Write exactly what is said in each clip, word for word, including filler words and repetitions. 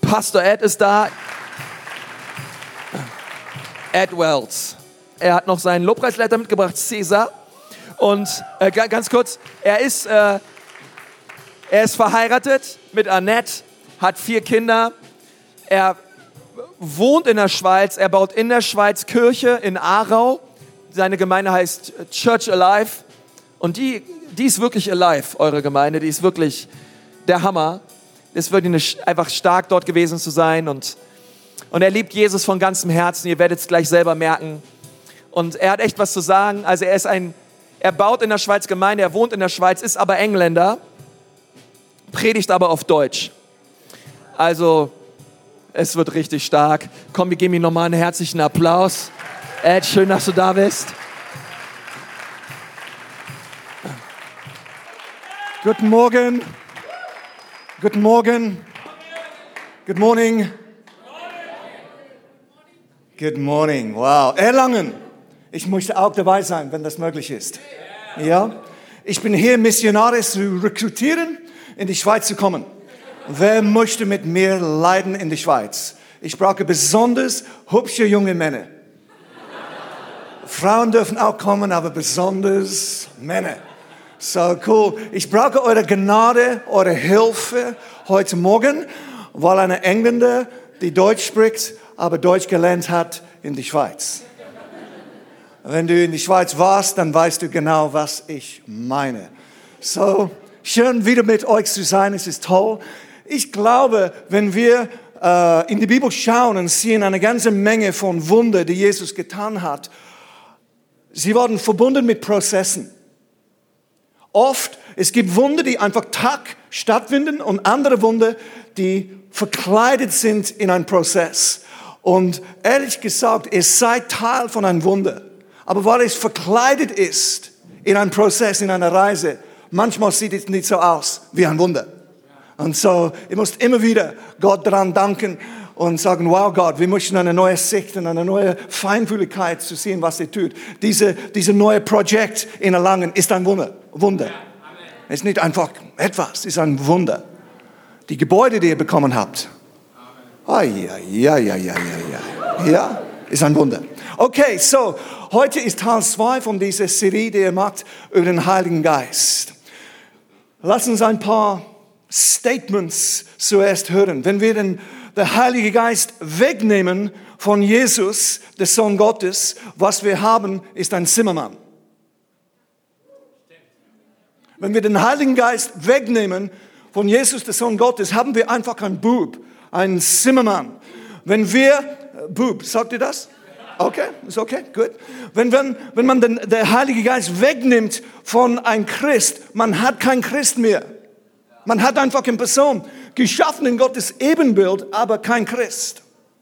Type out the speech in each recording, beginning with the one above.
Pastor Ed ist da. Ed Wells. Er hat noch seinen Lobpreisleiter mitgebracht, Cäsar. Und äh, ganz kurz, er ist, äh, er ist verheiratet mit Annette, hat vier Kinder. Er wohnt in der Schweiz, er baut in der Schweiz Kirche in Aarau. Seine Gemeinde heißt Church Alive. Und die, die ist wirklich alive, eure Gemeinde. Die ist wirklich der Hammer. Es wird ihnen einfach stark, dort gewesen zu sein. Und, und er liebt Jesus von ganzem Herzen. Ihr werdet es gleich selber merken. Und er hat echt was zu sagen. Also er ist ein, er baut in der Schweiz Gemeinde, er wohnt in der Schweiz, ist aber Engländer, predigt aber auf Deutsch. Also es wird richtig stark. Komm, wir geben ihm nochmal einen herzlichen Applaus. Ed, schön, dass du da bist. Guten Morgen. Guten Morgen. Good morning. Good morning. Wow. Erlangen. Ich möchte auch dabei sein, wenn das möglich ist. Ja. Ich bin hier, Missionare zu rekrutieren, in die Schweiz zu kommen. Wer möchte mit mir leiden in die Schweiz? Ich brauche besonders hübsche junge Männer. Frauen dürfen auch kommen, aber besonders Männer. So cool. Ich brauche eure Gnade, eure Hilfe heute Morgen, weil eine Engländer, die Deutsch spricht, aber Deutsch gelernt hat in die Schweiz. Wenn du in die Schweiz warst, dann weißt du genau, was ich meine. So, schön wieder mit euch zu sein, es ist toll. Ich glaube, wenn wir äh, in die Bibel schauen und sehen eine ganze Menge von Wunder, die Jesus getan hat, sie waren verbunden mit Prozessen. Oft, es gibt Wunder, die einfach Tag stattfinden und andere Wunder, die verkleidet sind in einen Prozess. Und ehrlich gesagt, es sei Teil von einem Wunder. Aber weil es verkleidet ist in einem Prozess, in einer Reise, manchmal sieht es nicht so aus wie ein Wunder. Und so, ihr müsst immer wieder Gott daran danken und sagen, wow Gott, wir möchten eine neue Sicht und eine neue Feinfühligkeit zu sehen, was er tut. Diese, diese neue Projekt in Erlangen ist ein Wunder. Wunder. Es ist nicht einfach etwas, es ist ein Wunder. Die Gebäude, die ihr bekommen habt, ah, ja, ja, ja, ja, ja, ja, ja, ist ein Wunder. Okay, so, heute ist Teil zwei von dieser Serie, die ihr macht, über den Heiligen Geist. Lass uns ein paar Statements zuerst hören. Wenn wir den, den Heiligen Geist wegnehmen von Jesus, der Sohn Gottes, was wir haben, ist ein Zimmermann. Wenn wir den Heiligen Geist wegnehmen von Jesus, der Sohn Gottes, haben wir einfach einen Bub, einen Zimmermann. Wenn wir, Bub, sagt ihr das? Okay, ist okay, gut. Wenn, wenn, wenn man den, den Heiligen Geist wegnimmt von einem Christ, man hat keinen Christ mehr. Man hat einfach eine Person, geschaffen in Gottes Ebenbild, aber kein Christ.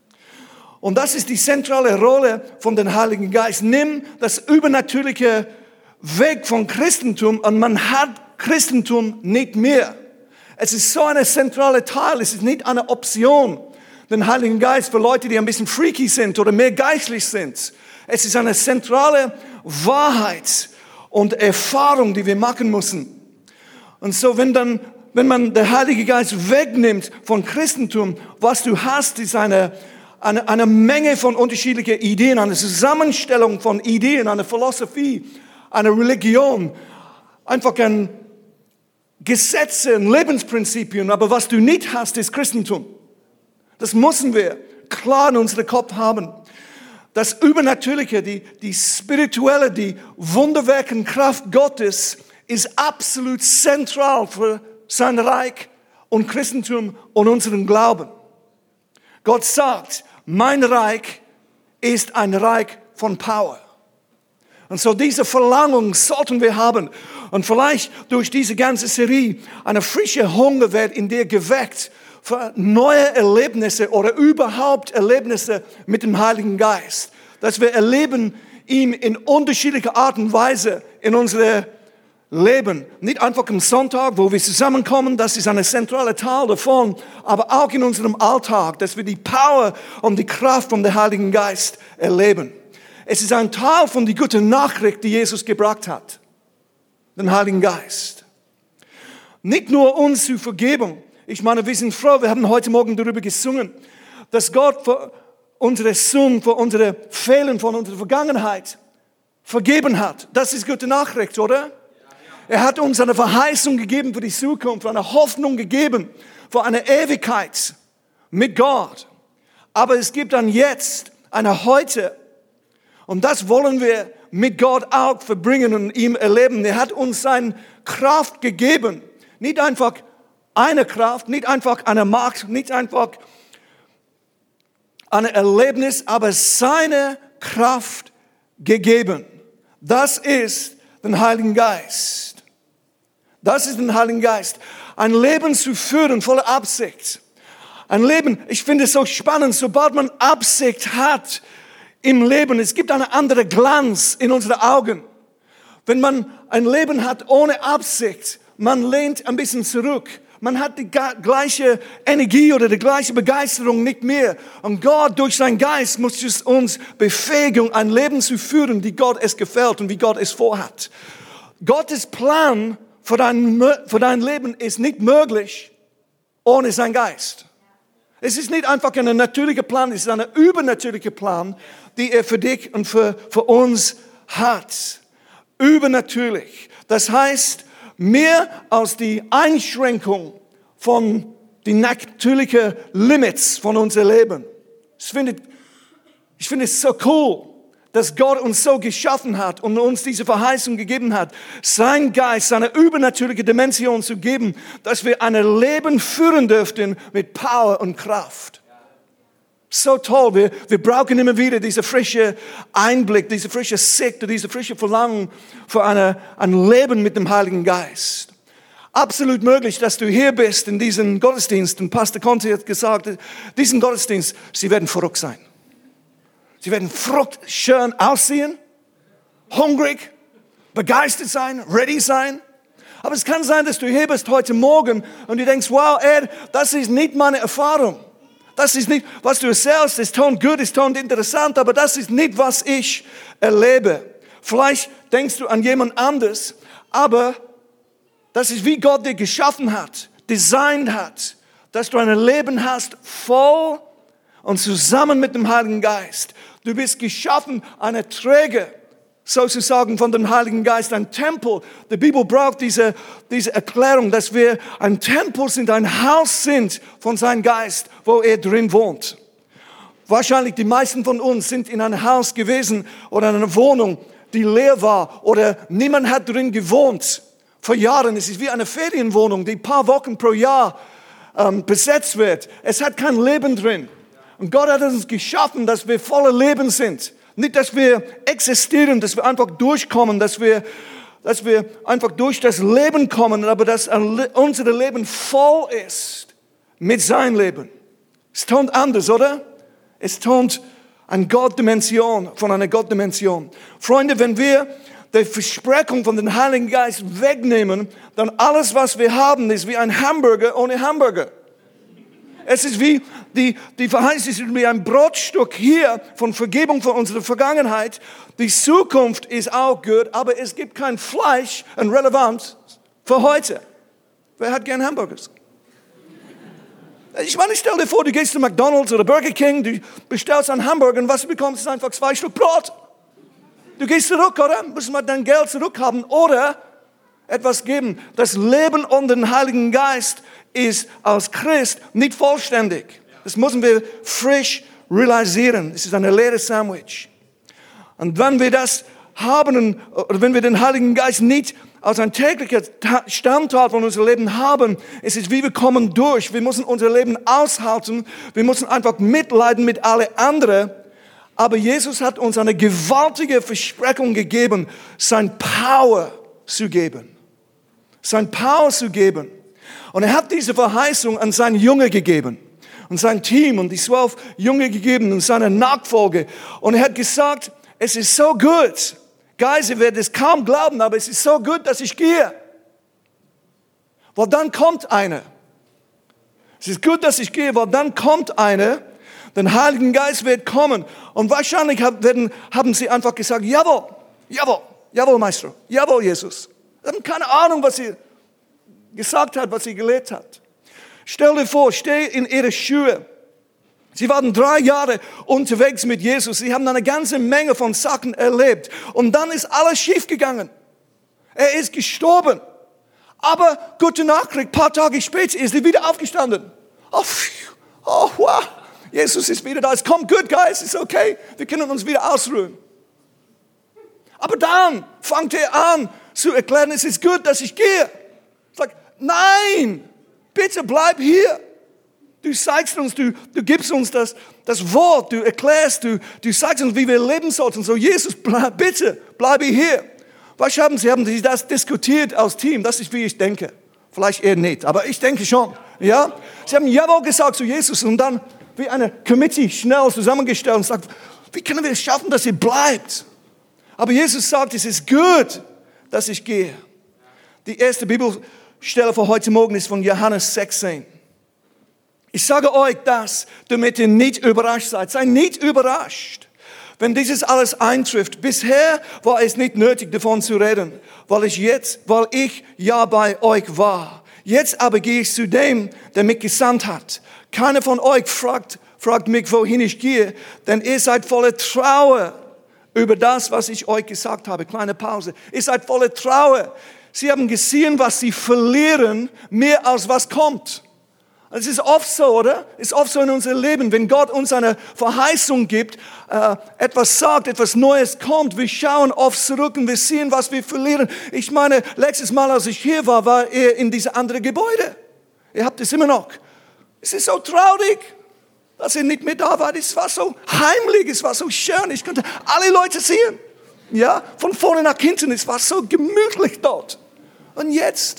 Und das ist die zentrale Rolle von dem Heiligen Geist. Nimm das Übernatürliche weg vom Christentum und man hat Christentum nicht mehr. Es ist so ein zentraler Teil, es ist nicht eine Option, den Heiligen Geist für Leute, die ein bisschen freaky sind oder mehr geistlich sind. Es ist eine zentrale Wahrheit und Erfahrung, die wir machen müssen. Und so, wenn dann, wenn man den Heiligen Geist wegnimmt von Christentum, was du hast, ist eine, eine, eine Menge von unterschiedlichen Ideen, eine Zusammenstellung von Ideen, eine Philosophie, eine Religion, einfach ein Gesetze, ein Lebensprinzipien, aber was du nicht hast, ist Christentum. Das müssen wir klar in unserem Kopf haben. Das Übernatürliche, die, die spirituelle, die wunderwirkende Kraft Gottes ist absolut zentral für sein Reich und Christentum und unseren Glauben. Gott sagt, mein Reich ist ein Reich von Power. Und so diese Verlangung sollten wir haben. Und vielleicht durch diese ganze Serie eine frische Hunger wird in dir geweckt für neue Erlebnisse oder überhaupt Erlebnisse mit dem Heiligen Geist. Dass wir erleben ihn in unterschiedlicher Art und Weise in unserem Leben. Nicht einfach am Sonntag, wo wir zusammenkommen, das ist ein zentraler Teil davon, aber auch in unserem Alltag, dass wir die Power und die Kraft von dem Heiligen Geist erleben. Es ist ein Teil von der guten Nachricht, die Jesus gebracht hat. Den Heiligen Geist. Nicht nur uns zur Vergebung. Ich meine, wir sind froh, wir haben heute Morgen darüber gesungen, dass Gott für unsere Sünden, für unsere Fehler, von unserer Vergangenheit vergeben hat. Das ist gute Nachricht, oder? Er hat uns eine Verheißung gegeben für die Zukunft, eine Hoffnung gegeben für eine Ewigkeit mit Gott. Aber es gibt dann jetzt eine Heute. Und das wollen wir mit Gott auch verbringen und ihm erleben. Er hat uns seine Kraft gegeben. Nicht einfach eine Kraft, nicht einfach eine Macht, nicht einfach ein Erlebnis, aber seine Kraft gegeben. Das ist den Heiligen Geist. Das ist den Heiligen Geist. Ein Leben zu führen voller Absicht. Ein Leben, ich finde es so spannend, sobald man Absicht hat im Leben, es gibt einen anderen Glanz in unseren Augen. Wenn man ein Leben hat ohne Absicht, man lehnt ein bisschen zurück. Man hat die gleiche Energie oder die gleiche Begeisterung nicht mehr. Und Gott durch seinen Geist muss es uns befähigen, ein Leben zu führen, wie Gott es gefällt und wie Gott es vorhat. Gottes Plan für dein, für dein Leben ist nicht möglich ohne seinen Geist. Es ist nicht einfach ein natürlicher Plan, es ist ein übernatürlicher Plan, den er für dich und für, für uns hat. Übernatürlich. Das heißt, mehr als die Einschränkung von den natürlichen Limits von unserem Leben. Ich finde, ich finde es so cool, dass Gott uns so geschaffen hat und uns diese Verheißung gegeben hat, sein Geist, seine übernatürliche Dimension zu geben, dass wir ein Leben führen dürften mit Power und Kraft. So toll, wir, wir brauchen immer wieder diese frische Einblick, diese frische Sicht, diese frische Verlangen für eine, ein Leben mit dem Heiligen Geist. Absolut möglich, dass du hier bist in diesem Gottesdienst. Und Pastor Conte hat gesagt, diesen Gottesdienst, sie werden verrückt sein. Sie werden verrückt, schön aussehen, hungrig, begeistert sein, ready sein. Aber es kann sein, dass du hier bist heute Morgen und du denkst, wow, Ed, das ist nicht meine Erfahrung. Das ist nicht, was du erzählst, es klingt gut, es klingt interessant, aber das ist nicht, was ich erlebe. Vielleicht denkst du an jemand anderes, aber das ist, wie Gott dich geschaffen hat, designt hat, dass du ein Leben hast, voll und zusammen mit dem Heiligen Geist. Du bist geschaffen, eine Träger, sozusagen von dem Heiligen Geist, ein Tempel. Die Bibel braucht diese, diese Erklärung, dass wir ein Tempel sind, ein Haus sind von seinem Geist, wo er drin wohnt. Wahrscheinlich die meisten von uns sind in einem Haus gewesen oder in einer Wohnung, die leer war oder niemand hat drin gewohnt. Vor Jahren, es ist wie eine Ferienwohnung, die ein paar Wochen pro Jahr ähm, besetzt wird. Es hat kein Leben drin. Und Gott hat uns geschaffen, dass wir voller Leben sind. Nicht, dass wir existieren, dass wir einfach durchkommen, dass wir, dass wir einfach durch das Leben kommen, aber dass unser Leben voll ist mit seinem Leben. Es tont anders, oder? Es tont eine Gottdimension, von einer Gottdimension. Freunde, wenn wir die Versprechung von dem Heiligen Geist wegnehmen, dann alles, was wir haben, ist wie ein Hamburger ohne Hamburger. Es ist wie die, die Verheißung ist wie ein Brotstück hier von Vergebung für unsere Vergangenheit. Die Zukunft ist auch gut, aber es gibt kein Fleisch und Relevanz für heute. Wer hat gern Hamburgers? Ich meine, stell dir vor, du gehst zu McDonald's oder Burger King, du bestellst einen Hamburger und was du bekommst, ist einfach zwei Stück Brot. Du gehst zurück, oder? Musst mal dein Geld zurückhaben oder etwas geben. Das Leben unter den Heiligen Geist ist als Christ nicht vollständig. Das müssen wir frisch realisieren. Es ist eine leere Sandwich. Und wenn wir das haben, oder wenn wir den Heiligen Geist nicht als ein täglicher Bestandteil von unserem Leben haben, es ist wie wir kommen durch. Wir müssen unser Leben aushalten. Wir müssen einfach mitleiden mit allen anderen. Aber Jesus hat uns eine gewaltige Versprechung gegeben, sein Power zu geben. Sein Power zu geben. Und er hat diese Verheißung an seinen Jünger gegeben. Und sein Team und die zwölf Jünger gegeben und seine Nachfolge. Und er hat gesagt, es ist so gut. Guys, ihr werdet es kaum glauben, aber es ist so gut, dass ich gehe. Weil dann kommt einer. Es ist gut, dass ich gehe, weil dann kommt einer. Der Heilige Geist wird kommen. Und wahrscheinlich haben, haben sie einfach gesagt, jawohl, jawohl, jawohl, Meister, jawohl, Jesus. Sie haben keine Ahnung, was sie gesagt hat, was sie gelehrt hat. Stell dir vor, steh in ihre Schuhe. Sie waren drei Jahre unterwegs mit Jesus. Sie haben eine ganze Menge von Sachen erlebt. Und dann ist alles schiefgegangen. Er ist gestorben. Aber gute Nachricht, ein paar Tage später ist er wieder aufgestanden. Oh, oh wow, Jesus ist wieder da. Es kommt gut, Geist, ist okay. Wir können uns wieder ausruhen. Aber dann fängt er an zu erklären, es ist gut, dass ich gehe. Ich sage, nein, bitte bleib hier. Du zeigst uns, du, du gibst uns das, das Wort, du erklärst, du, du zeigst uns, wie wir leben sollten. So, Jesus, bleib, bitte, bleibe hier. Was haben Sie, haben Sie das diskutiert als Team? Das ist, wie ich denke. Vielleicht eher nicht, aber ich denke schon. Ja? Sie haben Jawohl gesagt zu Jesus und dann wie eine Committee schnell zusammengestellt und sagt, wie können wir es schaffen, dass ihr bleibt? Aber Jesus sagt, es ist gut, dass ich gehe. Die erste Bibelstelle für heute Morgen ist von Johannes sechzehn. Ich sage euch das, damit ihr nicht überrascht seid. Seid nicht überrascht, wenn dieses alles eintrifft. Bisher war es nicht nötig, davon zu reden, weil ich jetzt, weil ich ja bei euch war. Jetzt aber gehe ich zu dem, der mich gesandt hat. Keiner von euch fragt, fragt mich, wohin ich gehe, denn ihr seid voller Trauer über das, was ich euch gesagt habe. Kleine Pause. Ihr seid voller Trauer. Sie haben gesehen, was sie verlieren, mehr als was kommt. Es ist oft so, oder? Es ist oft so in unserem Leben, wenn Gott uns eine Verheißung gibt, äh, etwas sagt, etwas Neues kommt, wir schauen oft zurück und wir sehen, was wir verlieren. Ich meine, letztes Mal, als ich hier war, war er in diesem anderen Gebäude. Ihr habt es immer noch. Es ist so traurig, dass ihr nicht mehr da wart. Es war so heimlich, es war so schön. Ich konnte alle Leute sehen. Ja, von vorne nach hinten. Es war so gemütlich dort. Und jetzt?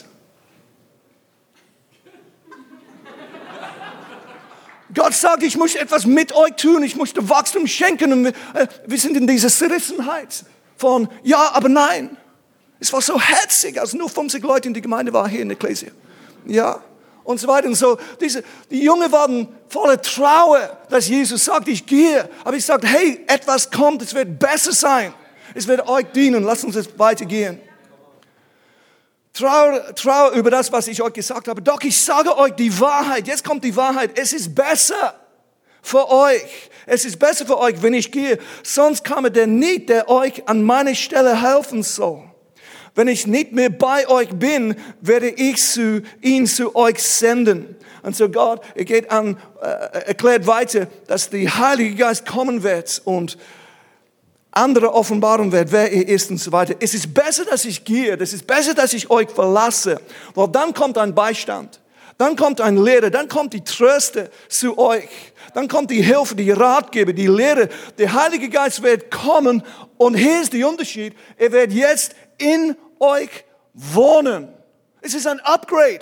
Gott sagt, ich muss etwas mit euch tun, ich möchte Wachstum schenken. Und wir, äh, wir sind in dieser Zerrissenheit von ja, aber nein. Es war so herzig, als nur fünfzig Leute in der Gemeinde waren hier in der Ekklesia. Ja, und so weiter. Und so, diese, die Jungen waren voller Trauer, dass Jesus sagt, ich gehe. Aber ich sage, hey, etwas kommt, es wird besser sein. Es wird euch dienen, lasst uns jetzt weitergehen. Trauer, Trauer über das, was ich euch gesagt habe. Doch ich sage euch die Wahrheit. Jetzt kommt die Wahrheit. Es ist besser für euch. Es ist besser für euch, wenn ich gehe. Sonst komme der nicht, der euch an meine Stelle helfen soll. Wenn ich nicht mehr bei euch bin, werde ich zu, ihn zu euch senden. Und so Gott, er geht an, äh, erklärt weiter, dass der Heilige Geist kommen wird und andere offenbaren wird, wer er ist und so weiter. Es ist besser, dass ich gehe. Es ist besser, dass ich euch verlasse. Weil dann kommt ein Beistand. Dann kommt ein Lehrer. Dann kommt die Tröster zu euch. Dann kommt die Hilfe, die Ratgeber, die Lehre. Der Heilige Geist wird kommen. Und hier ist der Unterschied. Er wird jetzt in euch wohnen. Es ist ein Upgrade.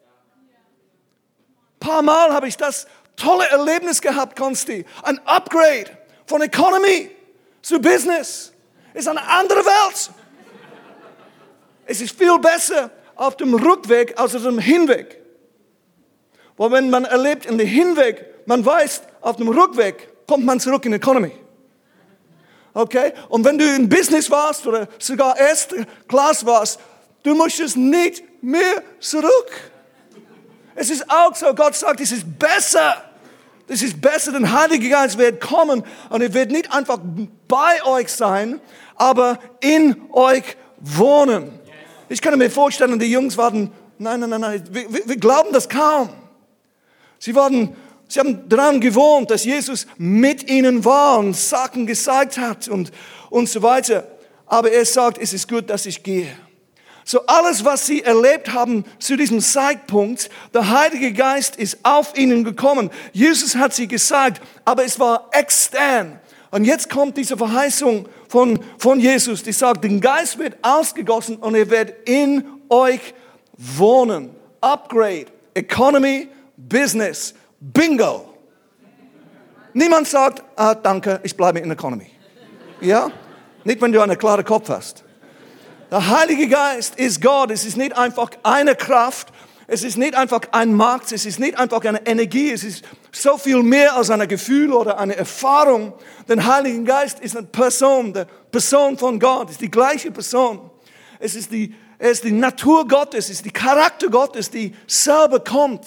Ein paar Mal habe ich das tolle Erlebnis gehabt, Konsti. Ein Upgrade von Economy zu Business. Es ist eine andere Welt. Es ist viel besser auf dem Rückweg als auf dem Hinweg. Weil wenn man erlebt in dem Hinweg, man weiß, auf dem Rückweg kommt man zurück in Economy. Okay? Und wenn du in Business warst oder sogar erste Klasse warst, du möchtest nicht mehr zurück. Es ist auch so, Gott sagt, es ist besser. Es ist besser, der Heilige Geist wird kommen und er wird nicht einfach bei euch sein, aber in euch wohnen. Ich kann mir vorstellen, die Jungs waren, nein, nein, nein, nein, wir, wir glauben das kaum. Sie waren, sie haben daran gewohnt, dass Jesus mit ihnen war und Sachen gesagt hat und, und so weiter. Aber er sagt, es ist gut, dass ich gehe. So alles, was sie erlebt haben zu diesem Zeitpunkt, der Heilige Geist ist auf ihnen gekommen. Jesus hat sie gesagt, aber es war extern. Und jetzt kommt diese Verheißung von, von Jesus, die sagt, der Geist wird ausgegossen und er wird in euch wohnen. Upgrade, Economy, Business, Bingo. Niemand sagt, ah, danke, ich bleibe in Economy. Ja? Nicht, wenn du einen klaren Kopf hast. Der Heilige Geist ist Gott. Es ist nicht einfach eine Kraft. Es ist nicht einfach ein Markt. Es ist nicht einfach eine Energie. Es ist so viel mehr als ein Gefühl oder eine Erfahrung. Der Heilige Geist ist eine Person, die Person von Gott. Es ist die gleiche Person. Es ist die, es ist die Natur Gottes, es ist die Charakter Gottes, die selber kommt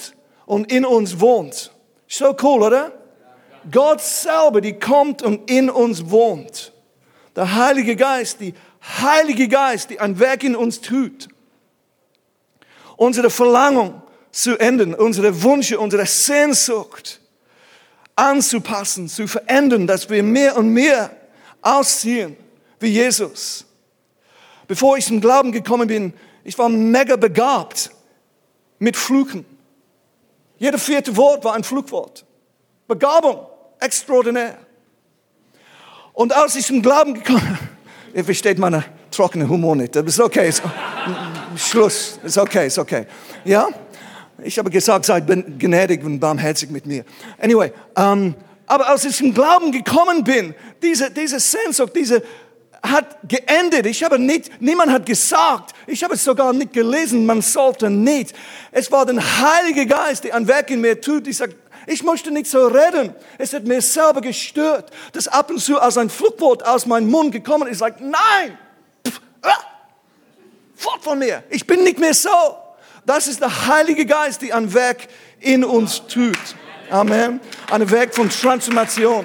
und in uns wohnt. So cool, oder? Gott selber, die kommt und in uns wohnt. Der Heilige Geist, die Heilige Geist, die ein Werk in uns tut. Unsere Verlangung zu ändern, unsere Wünsche, unsere Sehnsucht anzupassen, zu verändern, dass wir mehr und mehr ausziehen wie Jesus. Bevor ich zum Glauben gekommen bin, ich war mega begabt mit Fluchen. Jedes vierte Wort war ein Flugwort. Begabung, extraordinär. Und als ich zum Glauben gekommen bin, ihr versteht meine trockene Humor nicht, das ist okay, ist, Schluss, ist okay, ist okay. Ja, ich habe gesagt, seid gnädig und barmherzig mit mir. Anyway, um, aber als ich zum Glauben gekommen bin, diese, diese Sehnsucht, diese hat geendet. Ich habe nicht, niemand hat gesagt, ich habe es sogar nicht gelesen, man sollte nicht. Es war der Heilige Geist, der ein Werk in mir tut. Ich sage, ich möchte nicht so reden. Es hat mir selber gestört, dass ab und zu als ein Flugwort aus meinem Mund gekommen ist. Ich sage, nein, Pff, ah, fort von mir. Ich bin nicht mehr so. Das ist der Heilige Geist, der ein Werk in uns tut. Amen. Ein Werk von Transformation.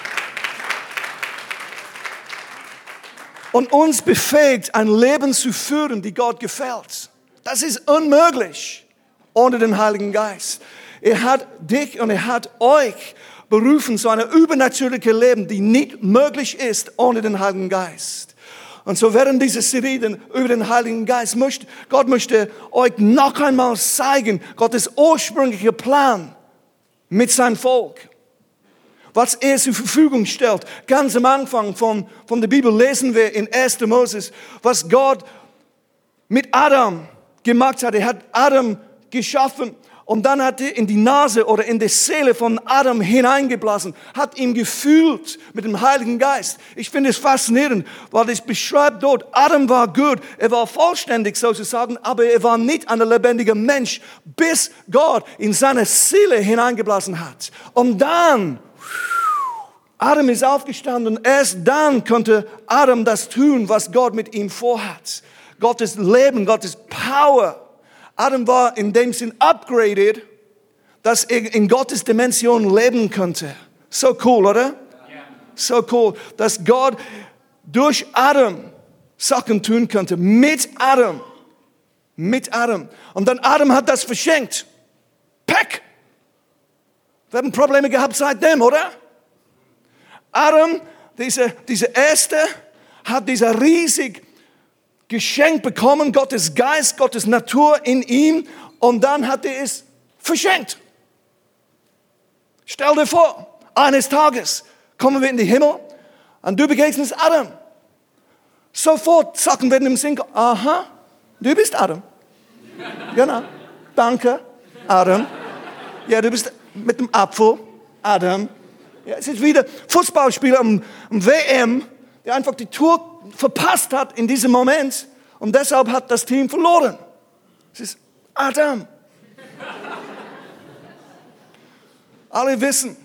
Und uns befähigt, ein Leben zu führen, die Gott gefällt. Das ist unmöglich ohne den Heiligen Geist. Er hat dich und er hat euch berufen zu einem übernatürlichen Leben, die nicht möglich ist ohne den Heiligen Geist. Und so während dieser Serie über den Heiligen Geist möchte Gott möchte euch noch einmal zeigen, Gottes ursprünglicher Plan mit seinem Volk. Was er zur Verfügung stellt. Ganz am Anfang von, von der Bibel lesen wir in erster Moses, was Gott mit Adam gemacht hat. Er hat Adam geschaffen und dann hat er in die Nase oder in die Seele von Adam hineingeblasen, hat ihn gefühlt mit dem Heiligen Geist. Ich finde es faszinierend, weil es beschreibt dort, Adam war gut, er war vollständig sozusagen, aber er war nicht ein lebendiger Mensch, bis Gott in seine Seele hineingeblasen hat. Und dann Adam ist aufgestanden und erst dann konnte Adam das tun, was Gott mit ihm vorhat. Gottes Leben, Gottes Power. Adam war in dem Sinn upgraded, dass er in Gottes Dimension leben konnte. So cool, oder? So cool, dass Gott durch Adam Sachen tun konnte. Mit Adam. Mit Adam. Und dann Adam hat das verschenkt. Peck! Wir haben Probleme gehabt seitdem, oder? Adam, dieser, dieser Erste, hat dieser riesig Geschenk bekommen, Gottes Geist, Gottes Natur in ihm, und dann hat er es verschenkt. Stell dir vor, eines Tages kommen wir in den Himmel und du begegnest Adam. Sofort sagen wir im Sinn, aha, du bist Adam. Genau, danke, Adam. Ja, du bist mit dem Apfel, Adam. Ja, es ist wieder Fußballspieler am, am W M, der einfach die Tour verpasst hat in diesem Moment und deshalb hat das Team verloren. Es ist Adam. Alle wissen.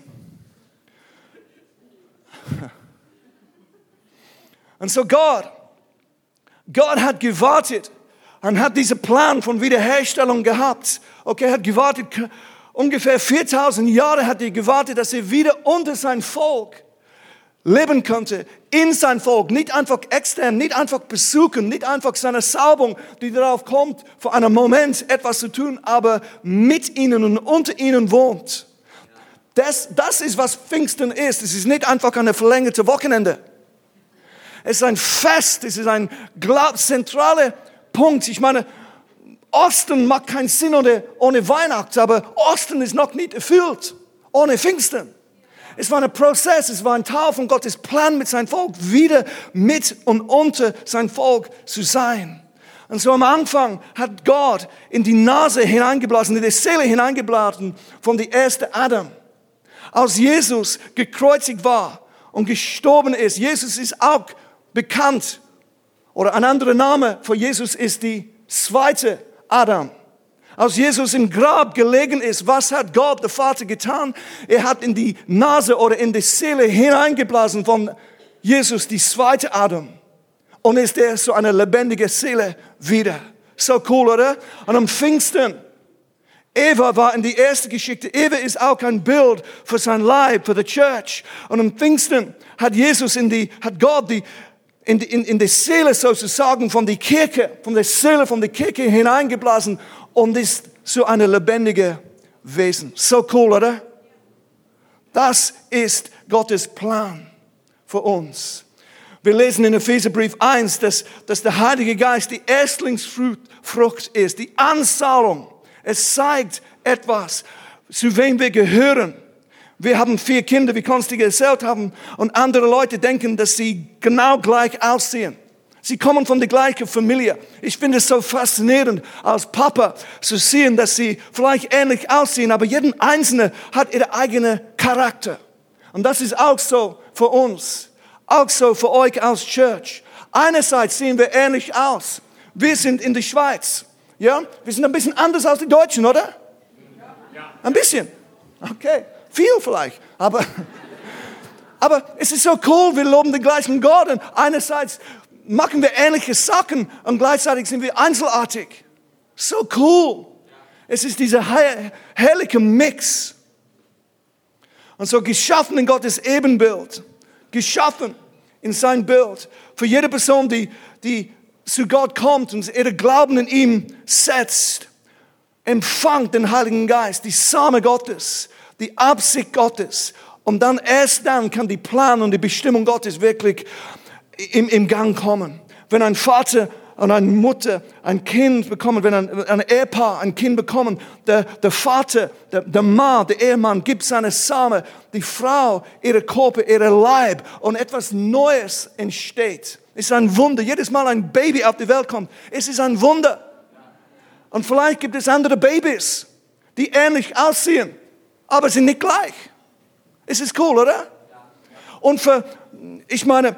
Und so Gott, Gott hat gewartet und hat diesen Plan von Wiederherstellung gehabt. Okay, er hat gewartet. Ungefähr viertausend Jahre hat er gewartet, dass er wieder unter sein Volk leben konnte. In sein Volk. Nicht einfach extern, nicht einfach besuchen, nicht einfach seine Salbung, die darauf kommt, für einen Moment etwas zu tun, aber mit ihnen und unter ihnen wohnt. Das, das ist, was Pfingsten ist. Es ist nicht einfach eine verlängerte Wochenende. Es ist ein Fest, es ist ein zentraler Punkt. Ich meine, Osten macht keinen Sinn ohne, ohne Weihnachten, aber Osten ist noch nicht erfüllt ohne Pfingsten. Es war ein Prozess, es war ein Teil von Gottes Plan mit seinem Volk, wieder mit und unter sein Volk zu sein. Und so am Anfang hat Gott in die Nase hineingeblasen, in die Seele hineingeblasen von dem ersten Adam. Als Jesus gekreuzigt war und gestorben ist, Jesus ist auch bekannt, oder ein anderer Name für Jesus ist die zweite Adam. Als Jesus im Grab gelegen ist, was hat Gott, der Vater, getan? Er hat in die Nase oder in die Seele hineingeblasen von Jesus, die zweite Adam. Und ist er so eine lebendige Seele wieder. So cool, oder? Und am Pfingsten Eva war in die erste Geschichte. Eva ist auch ein Bild für sein Leib, für die Church. Und am Pfingsten hat Jesus in die, hat Gott die, in die, in, in die Seele sozusagen von der Kirche, von der Seele von der Kirche hineingeblasen und ist so eine lebendige Wesen. So cool, oder? Das ist Gottes Plan für uns. Wir lesen in Epheserbrief eins, dass, dass der Heilige Geist die Erstlingsfrucht ist, die Anzahlung. Es zeigt etwas, zu wem wir gehören. Wir haben vier Kinder, wie Konsti erzählt haben, und andere Leute denken, dass sie genau gleich aussehen. Sie kommen von der gleichen Familie. Ich finde es so faszinierend, als Papa zu sehen, dass sie vielleicht ähnlich aussehen, aber jeden Einzelne hat ihren eigenen Charakter. Und das ist auch so für uns. Auch so für euch als Church. Einerseits sehen wir ähnlich aus. Wir sind in der Schweiz. Ja? Wir sind ein bisschen anders als die Deutschen, oder? Ja. Ein bisschen. Okay. Viel vielleicht. Aber, aber es ist so cool, wir loben den gleichen Gott. Und einerseits machen wir ähnliche Sachen und gleichzeitig sind wir einzelartig. So cool. Es ist dieser herrliche Mix. Und so geschaffen in Gottes Ebenbild. Geschaffen in sein Bild. Für jede Person, die, die zu Gott kommt und ihre Glauben in ihm setzt, empfangt den Heiligen Geist, die Same Gottes, die Absicht Gottes. Und dann erst dann kann die Plan und die Bestimmung Gottes wirklich im, im Gang kommen. Wenn ein Vater und eine Mutter ein Kind bekommen, wenn ein, ein Ehepaar ein Kind bekommen, der, der Vater, der, der Mann, der Ehemann gibt seine Same, die Frau, ihre Körper, ihre Leib und etwas Neues entsteht. Es ist ein Wunder. Jedes Mal ein Baby auf die Welt kommt, es ist ein Wunder. Und vielleicht gibt es andere Babys, die ähnlich aussehen, aber sind nicht gleich. Es ist cool, oder? Und für, ich meine,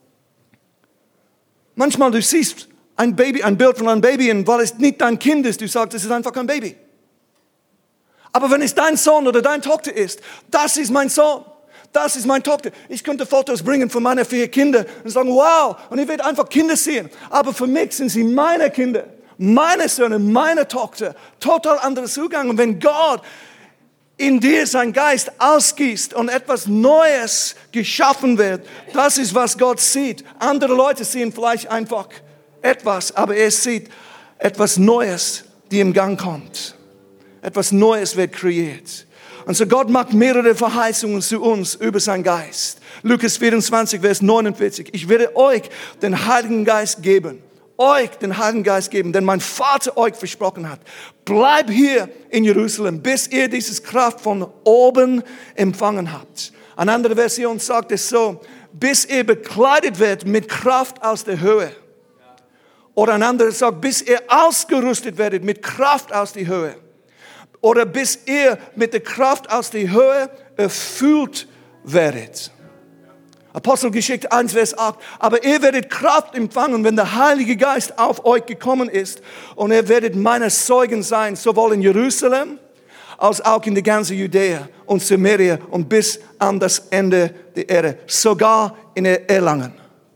manchmal du siehst ein Baby, ein Bild von einem Baby, und weil es nicht dein Kind ist, du sagst, es ist einfach kein Baby. Aber wenn es dein Sohn oder deine Tochter ist, das ist mein Sohn, das ist meine Tochter. Ich könnte Fotos bringen von meinen vier Kindern und sagen, wow, und ich werde einfach Kinder sehen. Aber für mich sind sie meine Kinder, meine Söhne, meine Tochter. Total anderer Zugang. Und wenn Gott in dir sein Geist ausgießt und etwas Neues geschaffen wird, das ist, was Gott sieht. Andere Leute sehen vielleicht einfach etwas, aber er sieht etwas Neues, die im Gang kommt. Etwas Neues wird kreiert. Und so Gott macht mehrere Verheißungen zu uns über seinen Geist. Lukas vierundzwanzig, Vers neunundvierzig. Ich werde euch den Heiligen Geist geben. Euch den Heiligen Geist geben, den mein Vater euch versprochen hat. Bleib hier in Jerusalem, bis ihr dieses Kraft von oben empfangen habt. Eine andere Version sagt es so, bis ihr bekleidet werdet mit Kraft aus der Höhe. Oder ein anderer sagt, bis ihr ausgerüstet werdet mit Kraft aus der Höhe. Oder bis ihr mit der Kraft aus der Höhe erfüllt werdet. Apostelgeschichte eins, Vers acht. Aber ihr werdet Kraft empfangen, wenn der Heilige Geist auf euch gekommen ist. Und ihr werdet meine Zeugen sein, sowohl in Jerusalem, als auch in der ganzen Judäa und Samaria und bis an das Ende der Erde. Sogar in Erlangen.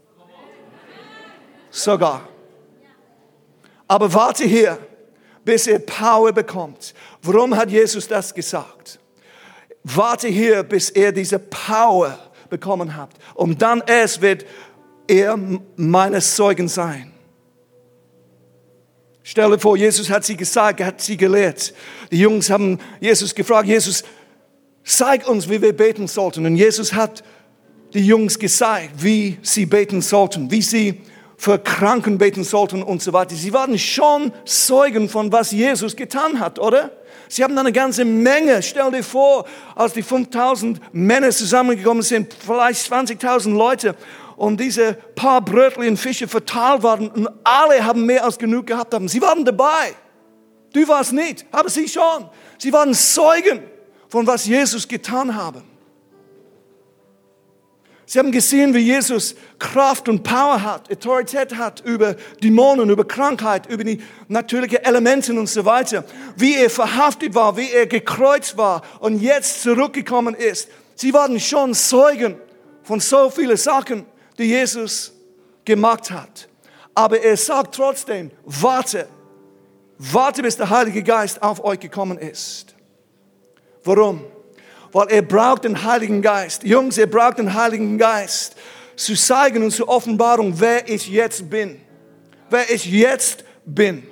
Sogar. Aber warte hier, bis ihr Power bekommt. Warum hat Jesus das gesagt? Warte hier, bis ihr diese Power bekommen habt. Und dann erst wird er meine Zeugen sein. Stell dir vor, Jesus hat sie gesagt, er hat sie gelehrt. Die Jungs haben Jesus gefragt, Jesus, zeig uns, wie wir beten sollten. Und Jesus hat die Jungs gezeigt, wie sie beten sollten, wie sie für Kranken beten sollten und so weiter. Sie waren schon Zeugen von was Jesus getan hat, oder? Sie haben eine ganze Menge. Stell dir vor, als die fünftausend Männer zusammengekommen sind, vielleicht zwanzigtausend Leute, und diese paar Brötchen und Fische verteilt waren und alle haben mehr als genug gehabt haben. Sie waren dabei. Du warst nicht, aber sie schon. Sie waren Zeugen von was Jesus getan hat. Sie haben gesehen, wie Jesus Kraft und Power hat, Autorität hat über Dämonen, über Krankheit, über die natürlichen Elemente und so weiter. Wie er verhaftet war, wie er gekreuzt war und jetzt zurückgekommen ist. Sie waren schon Zeugen von so vielen Sachen, die Jesus gemacht hat. Aber er sagt trotzdem, warte, warte, bis der Heilige Geist auf euch gekommen ist. Warum? Weil ihr braucht den Heiligen Geist. Jungs, ihr braucht den Heiligen Geist, zu zeigen und zur Offenbarung, wer ich jetzt bin. Wer ich jetzt bin.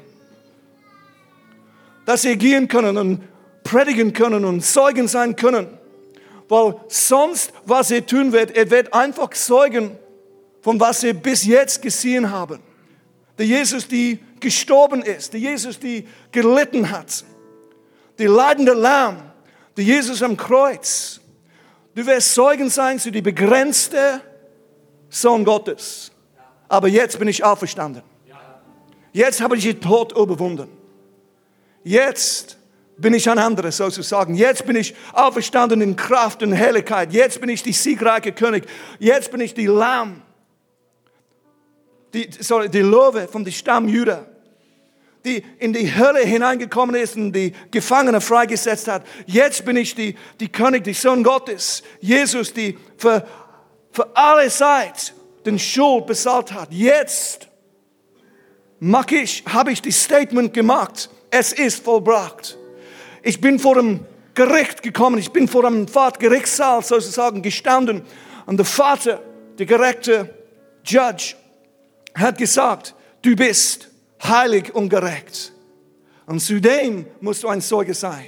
Dass ihr gehen können und predigen können und Zeugen sein können. Weil sonst, was ihr tun werdet, ihr werdet einfach Zeugen von was ihr bis jetzt gesehen haben. Der Jesus, die gestorben ist, der Jesus, die gelitten hat, der leidende Lamm, der Jesus am Kreuz. Du wirst Zeugen sein zu die begrenzte Sohn Gottes. Aber jetzt bin ich auferstanden. Jetzt habe ich den Tod überwunden. Jetzt bin ich ein anderer sozusagen. Jetzt bin ich auferstanden in Kraft und Herrlichkeit. Jetzt bin ich die siegreiche König. Jetzt bin ich die Lamm. Die, sorry, die Löwe von dem Stamm Juda, die in die Hölle hineingekommen ist und die Gefangene freigesetzt hat. Jetzt bin ich die, die König, die Sohn Gottes. Jesus, die für, für alle Zeit den Schuld bezahlt hat. Jetzt mag ich, habe ich das Statement gemacht. Es ist vollbracht. Ich bin vor dem Gericht gekommen. Ich bin vor dem Gerichtssaal sozusagen gestanden. Und der Vater, der gerechte Judge, hat gesagt, du bist heilig und gerecht. Und zudem musst du ein Zeuge sein.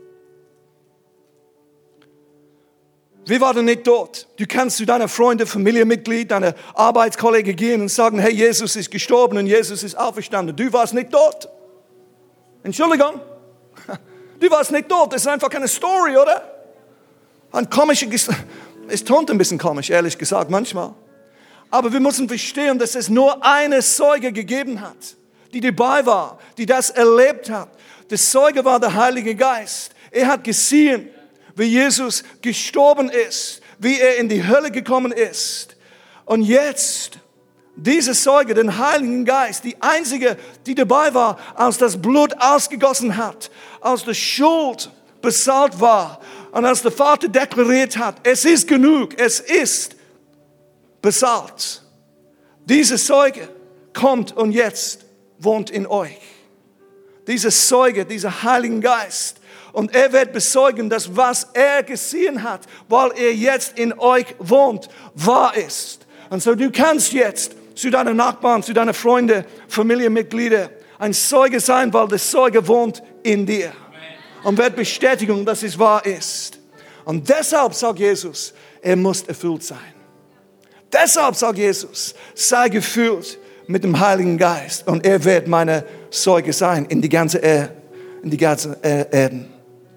Wir waren nicht dort. Du kannst zu deiner Freunde, Familienmitglied, deiner Arbeitskollege gehen und sagen, hey, Jesus ist gestorben und Jesus ist auferstanden. Du warst nicht dort. Entschuldigung. Du warst nicht dort. Das ist einfach keine Story, oder? Ein komischer, es tont ein bisschen komisch, ehrlich gesagt, manchmal. Aber wir müssen verstehen, dass es nur eine Zeuge gegeben hat, die dabei war, die das erlebt hat. Der Zeuge war der Heilige Geist. Er hat gesehen, wie Jesus gestorben ist, wie er in die Hölle gekommen ist. Und jetzt, diese Zeuge, den Heiligen Geist, die einzige, die dabei war, als das Blut ausgegossen hat, als die Schuld bezahlt war und als der Vater deklariert hat, es ist genug, es ist bezahlt. Diese Zeuge kommt und jetzt wohnt in euch. Diese Zeuge, dieser Heilige Geist. Und er wird bezeugen, dass was er gesehen hat, weil er jetzt in euch wohnt, wahr ist. Und so du kannst jetzt zu deinen Nachbarn, zu deinen Freunden, Familienmitgliedern ein Zeuge sein, weil der Zeuge wohnt in dir. Und wird bestätigen, dass es wahr ist. Und deshalb sagt Jesus, er muss erfüllt sein. Deshalb sagt Jesus, sei gefüllt mit dem Heiligen Geist und er wird meine Zeuge sein in die ganze Erde, in die ganze Erden.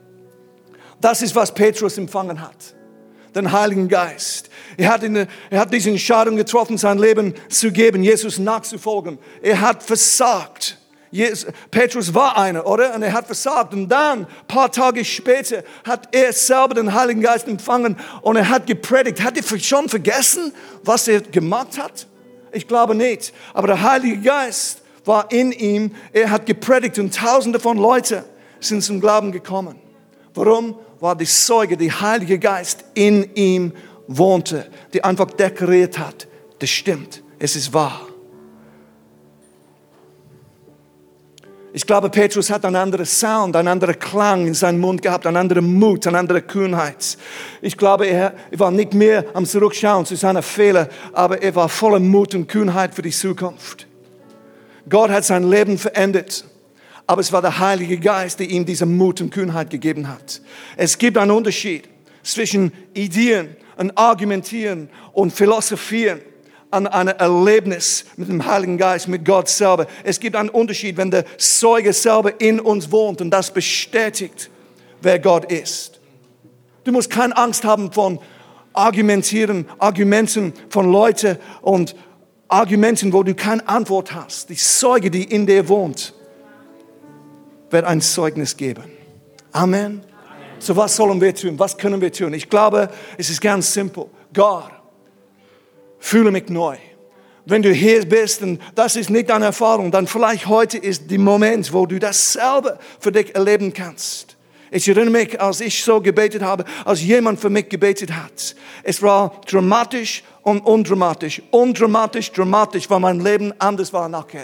Das ist, was Petrus empfangen hat, den Heiligen Geist. Er hat, eine, er hat diese Entscheidung getroffen, sein Leben zu geben, Jesus nachzufolgen. Er hat versagt. Jesus, Petrus war einer, oder? Und er hat versagt. Und dann, ein paar Tage später, hat er selber den Heiligen Geist empfangen und er hat gepredigt. Hat er schon vergessen, was er gemacht hat? Ich glaube nicht. Aber der Heilige Geist war in ihm. Er hat gepredigt und Tausende von Leuten sind zum Glauben gekommen. Warum? Weil die Zeuge, der Heilige Geist in ihm wohnte, die einfach deklariert hat, das stimmt, es ist wahr. Ich glaube, Petrus hat einen anderen Sound, einen anderen Klang in seinem Mund gehabt, einen anderen Mut, eine andere Kühnheit. Ich glaube, er war nicht mehr am Zurückschauen zu seinen Fehlern, aber er war voller Mut und Kühnheit für die Zukunft. Gott hat sein Leben verändert, aber es war der Heilige Geist, der ihm diese Mut und Kühnheit gegeben hat. Es gibt einen Unterschied zwischen Ideen und Argumentieren und Philosophieren. An einem Erlebnis mit dem Heiligen Geist, mit Gott selber. Es gibt einen Unterschied, wenn der Zeuge selber in uns wohnt und das bestätigt, wer Gott ist. Du musst keine Angst haben von Argumentieren, Argumenten von Leuten und Argumenten, wo du keine Antwort hast. Die Zeuge, die in dir wohnt, wird ein Zeugnis geben. Amen. Amen. So was sollen wir tun? Was können wir tun? Ich glaube, es ist ganz simpel. Gott, fühle mich neu. Wenn du hier bist und das ist nicht deine Erfahrung, dann vielleicht heute ist der Moment, wo du das selber für dich erleben kannst. Ich erinnere mich, als ich so gebetet habe, als jemand für mich gebetet hat. Es war dramatisch und undramatisch. Undramatisch, dramatisch, weil mein Leben anders war nachher.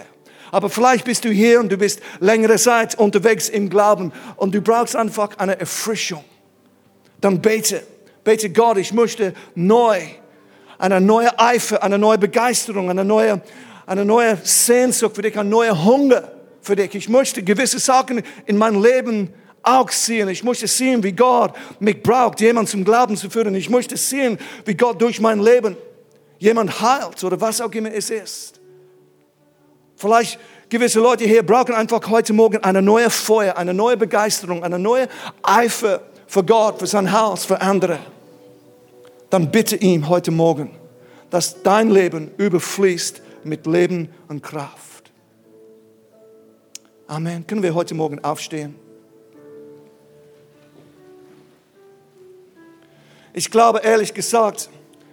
Aber vielleicht bist du hier und du bist längere Zeit unterwegs im Glauben und du brauchst einfach eine Erfrischung. Dann bete. Bete Gott, ich möchte neu, eine neue Eifer, eine neue Begeisterung, eine neue, eine neue Sehnsucht für dich, ein neuer Hunger für dich. Ich möchte gewisse Sachen in mein Leben auch sehen. Ich möchte sehen, wie Gott mich braucht, jemanden zum Glauben zu führen. Ich möchte sehen, wie Gott durch mein Leben jemand heilt oder was auch immer es ist. Vielleicht gewisse Leute hier brauchen einfach heute Morgen eine neue Feuer, eine neue Begeisterung, eine neue Eifer für Gott, für sein Haus, für andere. Dann bitte ihm heute Morgen, dass dein Leben überfließt mit Leben und Kraft. Amen. Können wir heute Morgen aufstehen? Ich glaube ehrlich gesagt,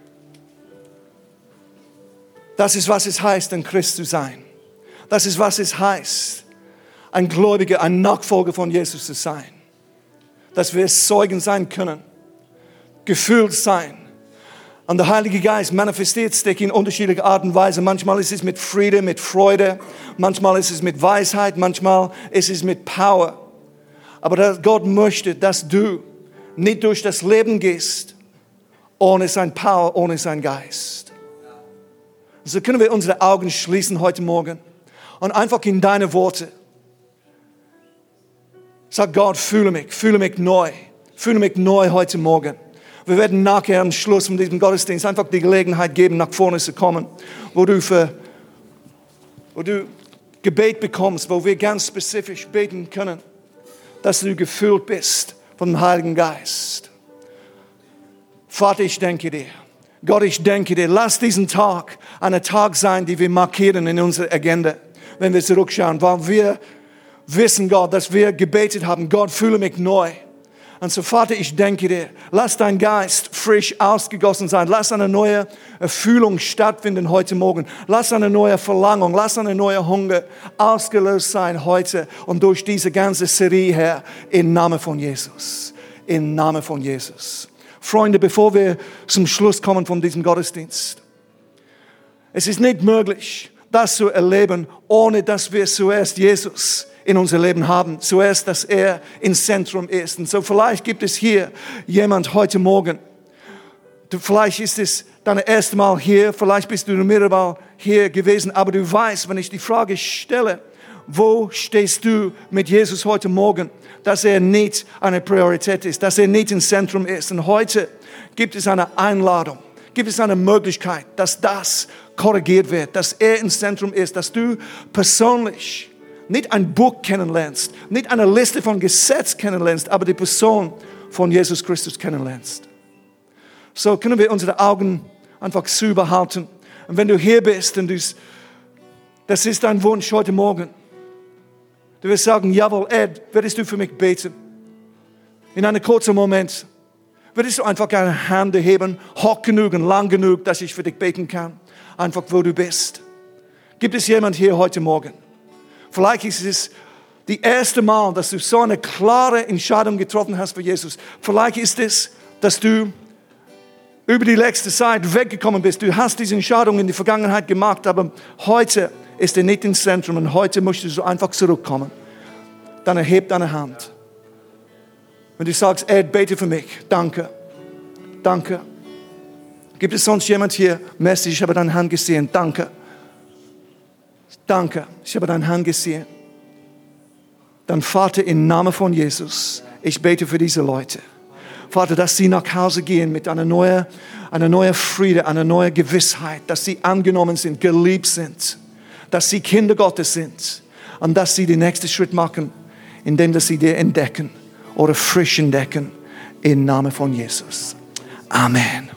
das ist, was es heißt, ein Christ zu sein. Das ist, was es heißt, ein Gläubiger, ein Nachfolger von Jesus zu sein. Dass wir Zeugen sein können, gefühlt sein. Und der Heilige Geist manifestiert sich in unterschiedlicher Art und Weise. Manchmal ist es mit Friede, mit Freude. Manchmal ist es mit Weisheit. Manchmal ist es mit Power. Aber Gott möchte, dass du nicht durch das Leben gehst, ohne sein Power, ohne sein Geist. So können wir unsere Augen schließen heute Morgen und einfach in deine Worte. Sag Gott, fühle mich, fühle mich neu. Fühle mich neu heute Morgen. Wir werden nachher am Schluss von diesem Gottesdienst einfach die Gelegenheit geben, nach vorne zu kommen, wo du, für, wo du Gebet bekommst, wo wir ganz spezifisch beten können, dass du gefüllt bist vom Heiligen Geist. Vater, ich danke dir. Gott, ich danke dir. Lass diesen Tag ein Tag sein, den wir markieren in unserer Agenda, wenn wir zurückschauen, weil wir wissen, Gott, dass wir gebetet haben. Gott, fühle mich neu. Und so, Vater, ich danke dir. Lass dein Geist frisch ausgegossen sein. Lass eine neue Erfüllung stattfinden heute Morgen. Lass eine neue Verlangung, lass eine neue Hunger ausgelöst sein heute und durch diese ganze Serie her im Namen von Jesus. Im Namen von Jesus. Freunde, bevor wir zum Schluss kommen von diesem Gottesdienst. Es ist nicht möglich, das zu erleben, ohne dass wir zuerst Jesus in unser Leben haben. Zuerst, dass er im Zentrum ist. Und so vielleicht gibt es hier jemand heute Morgen. Du, vielleicht ist es dein erstes Mal hier, vielleicht bist du mehrmals hier gewesen, aber du weißt, wenn ich die Frage stelle, wo stehst du mit Jesus heute Morgen, dass er nicht eine Priorität ist, dass er nicht im Zentrum ist. Und heute gibt es eine Einladung, gibt es eine Möglichkeit, dass das korrigiert wird, dass er im Zentrum ist, dass du persönlich nicht ein Buch kennenlernst, nicht eine Liste von Gesetzen kennenlernst, aber die Person von Jesus Christus kennenlernst. So können wir unsere Augen einfach zu behalten. Und wenn du hier bist und du, das ist dein Wunsch heute Morgen, du wirst sagen, jawohl, Ed, würdest du für mich beten? In einem kurzen Moment würdest du einfach eine Hand heben, hoch genug und lang genug, dass ich für dich beten kann, einfach wo du bist. Gibt es jemand hier heute Morgen? Vielleicht ist es das erste Mal, dass du so eine klare Entscheidung getroffen hast für Jesus. Vielleicht ist es, dass du über die letzte Zeit weggekommen bist. Du hast diese Entscheidung in der Vergangenheit gemacht, aber heute ist er nicht im Zentrum und heute möchtest du einfach zurückkommen. Dann erheb deine Hand. Wenn du sagst, Ed, bete für mich. Danke. Danke. Gibt es sonst jemand hier? Messi, ich habe deine Hand gesehen. Danke. Danke, ich habe deine Hand gesehen. Dann Vater, im Namen von Jesus, ich bete für diese Leute. Vater, dass sie nach Hause gehen mit einer neuen, einer neuen Friede, einer neuen Gewissheit, dass sie angenommen sind, geliebt sind, dass sie Kinder Gottes sind und dass sie den nächsten Schritt machen, indem dass sie dir entdecken oder frisch entdecken, im Namen von Jesus. Amen.